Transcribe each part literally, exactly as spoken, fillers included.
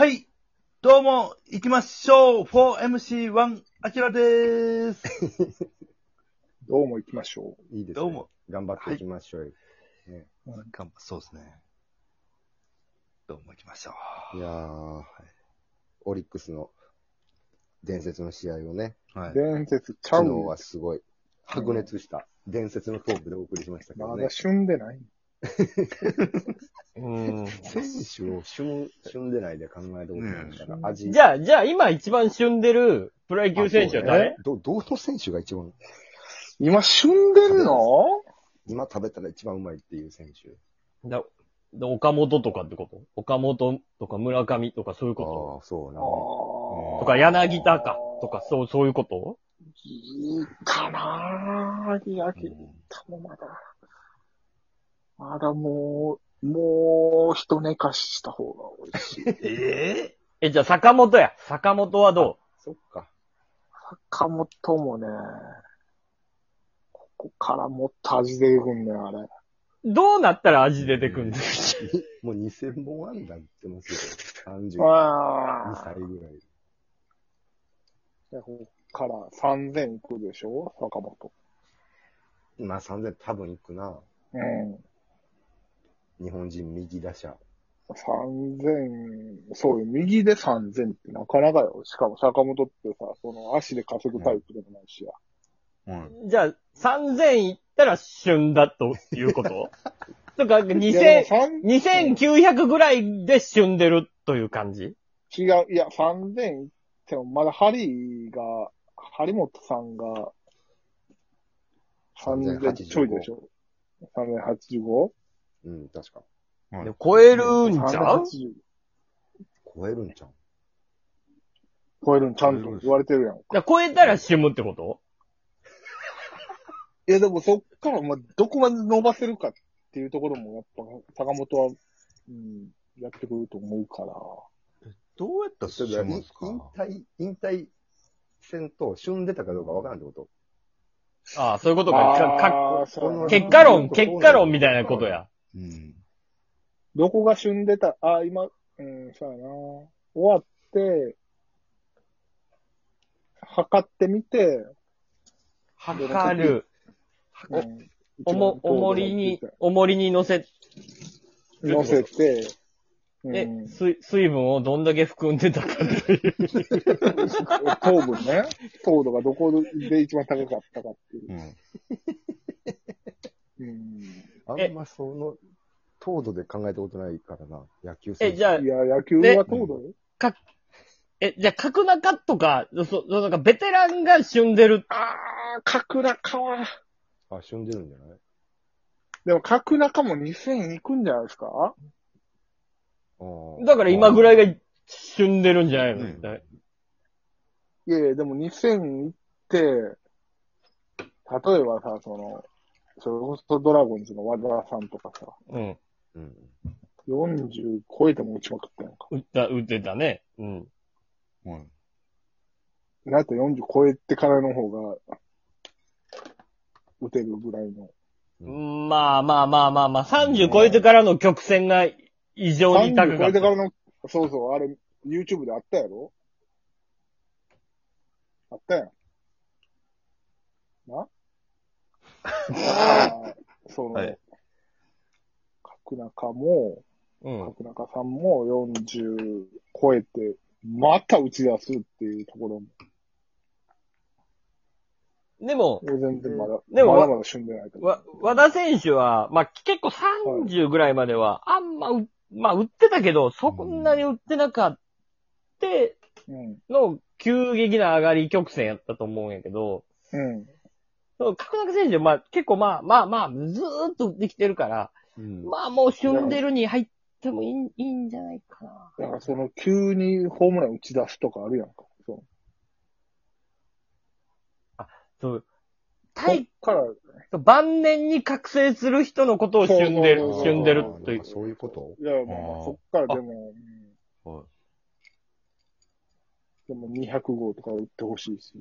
はい。どうも、行きましょう。フォーエムシーワン、アキラでーす。 どうも行きましょいいですね。 どうも。 頑張っていきましょうよ。はいね、 うん、そうですね。どうも行きましょう。いやー、オリックスの伝説の試合をね、 う。はい、 伝説ちゃう昨日はすごい白熱した伝説のトークでお送りしましたけどね。 まだ旬でない。 うん。選手を旬、旬でないで考えたことないから、 うん、 味。 じゃあ、じゃあ今一番旬でるプロ野球選手は誰？ ね、ど、どの選手が一番今旬でんの？ 今食べたら一番うまいっていう選手。 だだ岡本とかってこと？岡本とか村上とかそういうこああ、そうな。 ととか柳田かとかそう、そういうこと？ いいかなぁ。柳田もまだ。まだもう、もう一寝かしした方が美味しい。 ええ、じゃあ坂本や。坂本はどそっか。 坂本もね、ここからもっと味出てくんねあれ。 う？どうなったら味出てくんですか？ もうにせんぼん安打打ってますよ。さんじゅうあにさいぐらい。 でここからさんぜんいくでしょ坂本。 まあさんぜん多分いくな。 うん。 日本人右打者。 さんぜん、そうよ、右でさんぜんってなかなかよ。しかも坂本ってさ、その足で稼ぐタイプでもないしや。 うん。 じゃあさんぜんいったら旬だということとか、 いやでもにせん、 さんにせんきゅうひゃくぐらいで旬でるという感じ？ 違う、いや、さんぜんいってもまだハリーが、張本さんがさんぜんちょいでしょ。さんぜんはちじゅうご? うん、確か。 うんで超えるんちゃう？ さんぜんはちじゅう超えるんちゃう？ 超えるんちゃんと言われてるやん。 いや超えたら旬ってこと？ いや、でもそっから、まあ、どこまで伸ばせるかっていうところも、やっぱ、坂本は、うん、やってくると思うから。 どうやったらそれしますか？ 引退、引退戦と旬出たかどうかわからんってこと？ ああ、そういうことか。かああ、そうやな結果論、結果論みたいなことや。 うん。 どこが旬出た、ああ、今、うん、そうやな。終わって、測ってみて、 測る。 うん、 おも、重りに、重りに乗せ、 乗せて、うえ、 ん、 水、水分をどんだけ含んでたかっていう。 糖分ね。糖度がどこで一番高かったかっていうう。ん。 うん、 あんまその、糖度で考えたことないからな、野球選手。 え、じゃあい、や、野球は糖度よ。 か、え、じゃあ、角中とか、そ、そ、なんかベテランが旬でる。 ああ、角中は。 あ、旬出るんじゃない？ でも角中もにせんいくんじゃないですか？ ああ。 だから今ぐらいが旬でるんじゃないの、 うんいやいや、でもにせんいって、例えばさ、その、それこそドラゴンズの和田さんとかさ、 うん。 うん。 よんじゅう超えても打ちまくったやんか。 打った、打ってたね。うん。 うん。 なんとよんじゅう超えてからの方が、打てるぐらいの。 まあまあまあまあまあ、さんじゅう超えてからの曲線が異常に高さんじゅうかった。 超えてからの、そうそう、あれ、YouTube であったやろ？あったやん。なあその、 はい。 角中も、 うん。 角中さんもよんじゅう超えて、また打ち出すっていうところも。 でも、 全然まだ、 でもまだまだ旬でないと思う。 わ、和田選手は、まあ結構さんじゅうぐらいまでは、あんまう、まあ打ってたけど、そんなに打ってなかったうん。 の急激な上がり曲線やったと思うんやけど、 うん。 その角中選手はまあ結構まあまあまあずーっと打ってきてるから、 うん。 まあもう旬でるに入ってもいいいいんじゃないかな。 だからその急にホームラン打ち出すとかあるやんか。そう。 そう。 こ対っから、 晩年に覚醒する人のことを旬でるそうそうそう、 旬でるという。 そういうこと？ いや、まあまあ、そっからでも、うんはい。 でもにひゃくごうとか打ってほしいし。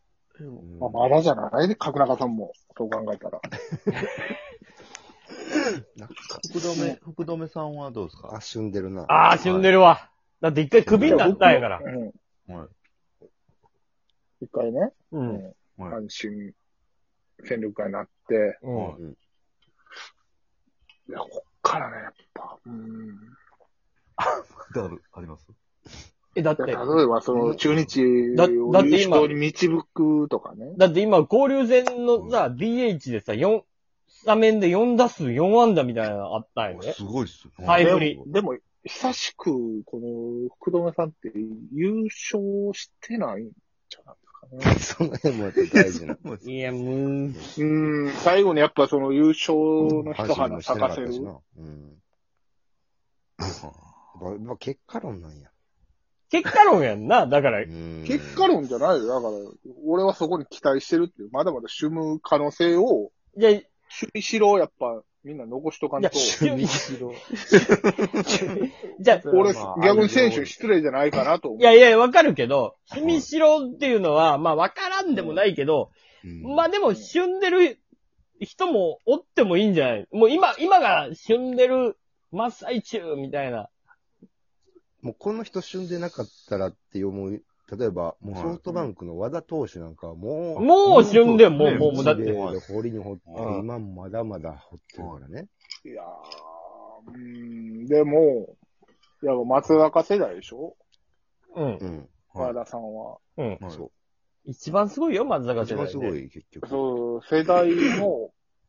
うんまあ、まだじゃないで、角中さんも、そう考えたら。 なんか、 福留、福留さんはどうですか？ あ、旬でるな。 ああ、死んでるわ。だって一回クビになったんやから。 うん。 はい。 一回ね、 う。 うんん。 はい。 阪神戦力外になって、 うん。 はいうん。 いや、こっからね、やっぱ、うん。 だる、あります？ え、だっ例て、 えば、その、中日だを優だって今勝に導くとかね。 だって今、交流戦のさ、ディーエイチ でさ、よん、スタメンでよん打数よん安打みたいなのあったんよね。 すごいっすね。 タイムリでも、でも久しく、この、福留さんって優勝してないんじゃないですかね。 その辺もやっぱ大事な。 いや、もう、 うん、最後にやっぱその優勝の一阪神花もしてな咲かせる。 かったしな。うん。やっぱ結果論なんや。 結果論やんな。だからう、ん。 結果論じゃないよ。だから、俺はそこに期待してるっていう、まだまだ趣む可能性を、 いや、い守備しろ、やっぱ、みんな残しとかんや、 と。 趣味しろ。じゃあ、 俺、 まあ逆に選手失礼じゃないかなと思う。 いやいや、わかるけど、趣味しろっていうのは、まあわからんでもないけど、 うんまあでも、旬でる人もおってもいいんじゃない？もう今、今が旬でる真っ最中みたいな。 もうこの人旬でなかったらって思う。例えば、もうソフトバンクの和田投手なんかはもう、 もう旬で、もう、 ねもう、もうだって、 で掘りに掘って、 うん今もまだまだ掘ってるからね。 いやー、うーん、でも、いや、松坂世代でしょうんう、ん。 和田さんは。 うん。 はいそう。 一番すごいよ、松坂一世代で。 番すごい、結局。 そう、世代の、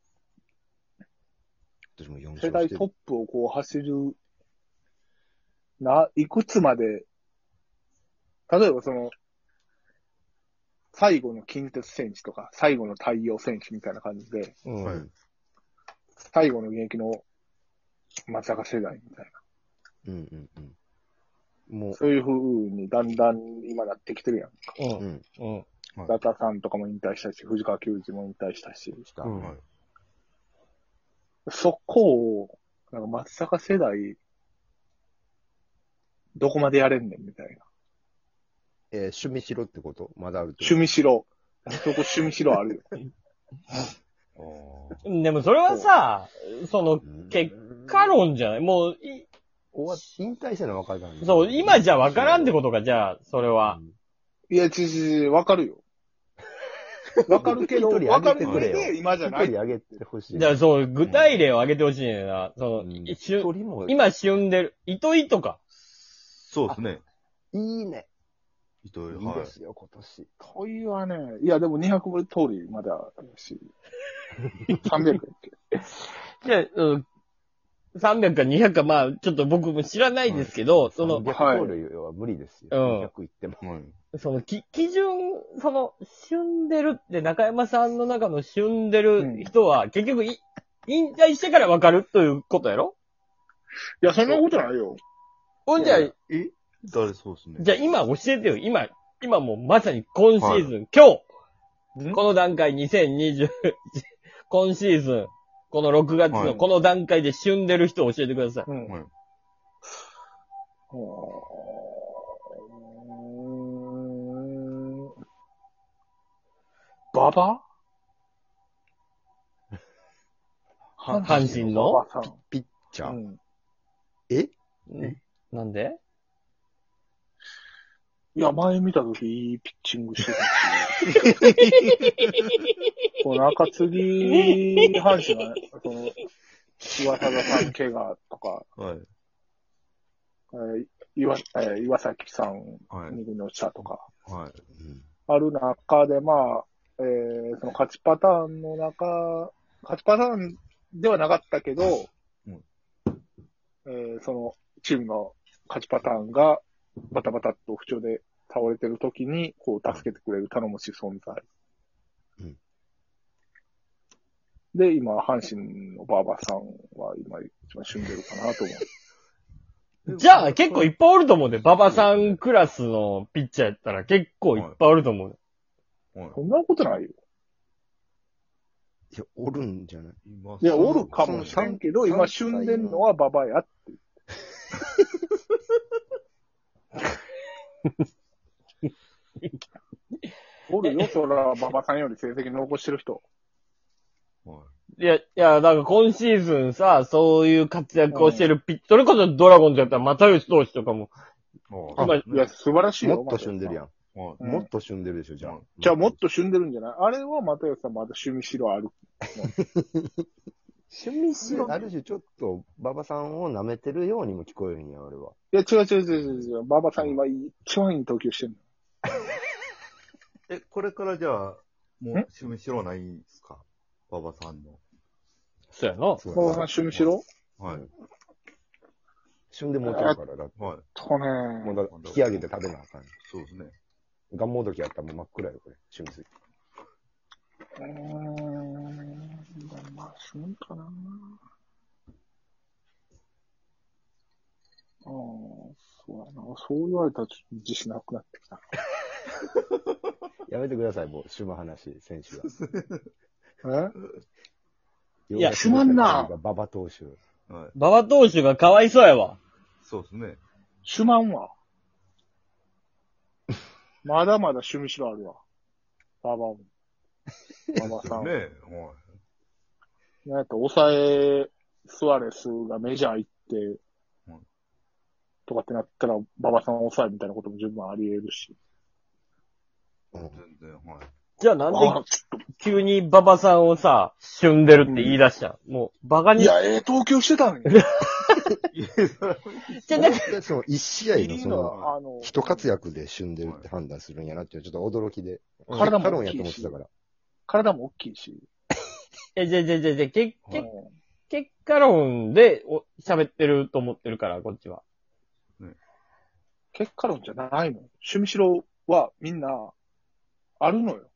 私もよん世勝してる。 代トップをこう走る、な、いくつまで、例えばその、最後の近鉄戦士とか、最後の太陽戦士みたいな感じで、 うん。 はい最後の現役の松坂世代みたいうんうんうん。もな。そういう風にだんだん今なってきてるやん。 う、 う。 うんん。 うん。 ダタさんとかも引退したし、藤川球児も引退したし、 した。 うんはい。 そこを、なんか松坂世代、どこまでやれんねんみたいな。 えー、趣味しろってことまだあるってこと趣味しろ。そこ趣味しろあるよ。 あーでもそれはさ、その、 うん結果論じゃないもう、い終わ引退したのは分かるからそう、今じゃわからんってことか、じゃあ、それは。 いや、ちちち、わかるよ。わかるけど、 一人わかる挙げてくれよ上で今じゃない。 一人あげてほしい。 じゃあそう、具体例を挙げてほしいねんな。その、 うん一一瞬、 人も、 今旬でる、糸井とか。 そうですね。 いいね。 糸井、 いいはいで。すよ、今年。 問いはね、いや、でもにひゃく通りまであるし、さんびゃくやっけ。 じゃあ、うん、さんびゃくかにひゃくか、まあ、ちょっと僕も知らないですけど、その、 さんびゃく盗塁は無理ですよ。 うんにひゃくいっても。 はい。 その、き、基準、その、旬でるって中山さんの中の旬でる人は、結局い、引退してから分かるということやろ？ いや、そんなことないよ。 ほんじゃあ、 え誰そうですね。 じゃあ今教えてよ。今、今もうまさに今シーズン、今日、 んこの段階にせんにじゅう、今シーズン、このろくがつはいのこの段階で旬でる人を教えてください。 うん。 はい。 うーん。馬場は阪神の馬場さん。 ピッチャー。 うん。 えんなんで？ いや、前見たときいいピッチングしてたし。この中継ぎ、阪神がね、その、岩貞さん怪我とか、 はい。 えー岩えー岩崎さん、 はい。 右の下とか、 はい。 うんある中で、まあ、えーその勝ちパターンの中、勝ちパターンではなかったけど、 うんえーそのチームの勝ちパターンがバタバタっと不調で倒れてる時に、こう、助けてくれる頼もしい存在。 うんで、今、阪神の馬場さんは今一番旬でるかなと思う。 じゃあ結構いっぱいおると思うで。馬場さんクラスのピッチャーやったら結構いっぱいおると思う。 はい。 そんなことないよ。 いや、おるんじゃない今いや、おるかもしれんけど、今旬でるのは馬場やって。おるよ、そら、馬場さんより成績残してる人。 はいや、いや、だから今シーズンさ、そういう活躍をしてるピッチ、それこそドラゴンズやったら又吉投手とかも、 あいや、素晴らしいよ。 もっと旬でるやん。 はいうんもっと旬でるでしょ、じゃあ。 じゃあもっと旬でるんじゃないあれは又吉さんまだ趣味しろある。 趣味しろ。 ある種ちょっと、馬場さんを舐めてるようにも聞こえるんや、俺は。 いや、違う違う違う違う違う。馬場さん今一番いい投球してんの。 え、これからじゃあ、もう趣味しろないんすか馬場さんの。 そうやな。 そう馬場さん趣味しろはい。 旬で持ってるから、だって。 はい。 とねもうだ引き上げて食べなあかん。 そうですね。 ガンモドキやったらもう真っ暗よ、これ。趣味すぎ。 うーん。まあ、旬かな。ああ、そうやな。そう言われたらちょっと自信なくなってきた。 やめてください、もう、旬の話、選手は。 えいやすまんな馬場投手。 はい。 馬場投手がかわいそうやわ。 そうですね。 シュマンはまだまだ趣味しろあるわ。馬場も。馬場さん。 ねはい。 なんやったら抑え、スアレスがメジャー行って、 うんとかってなったら、馬場さんを抑えみたいなことも十分あり得るし。 うん全然、はい。 じゃあなんであちょっ急に馬場さんをさ、旬でるって言い出したん、もう、バカと、いに。 や、ええ投球してたのに。 じゃあなんか本当にその一試合のその、 の、あの、 一活躍で旬でるって判断するんやなっていうちょっと驚きで。 体もカロンや大きいしと思ってたから。 体も大きいし。 え、じゃあじゃあじゃあじゃあけ、け、 うん結果論でお喋ってると思ってるから、こっちは。 結果論じゃないの。趣味しろはみんな、あるのよ。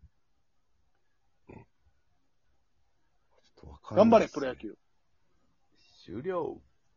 頑張れ、プロ野球。 終了。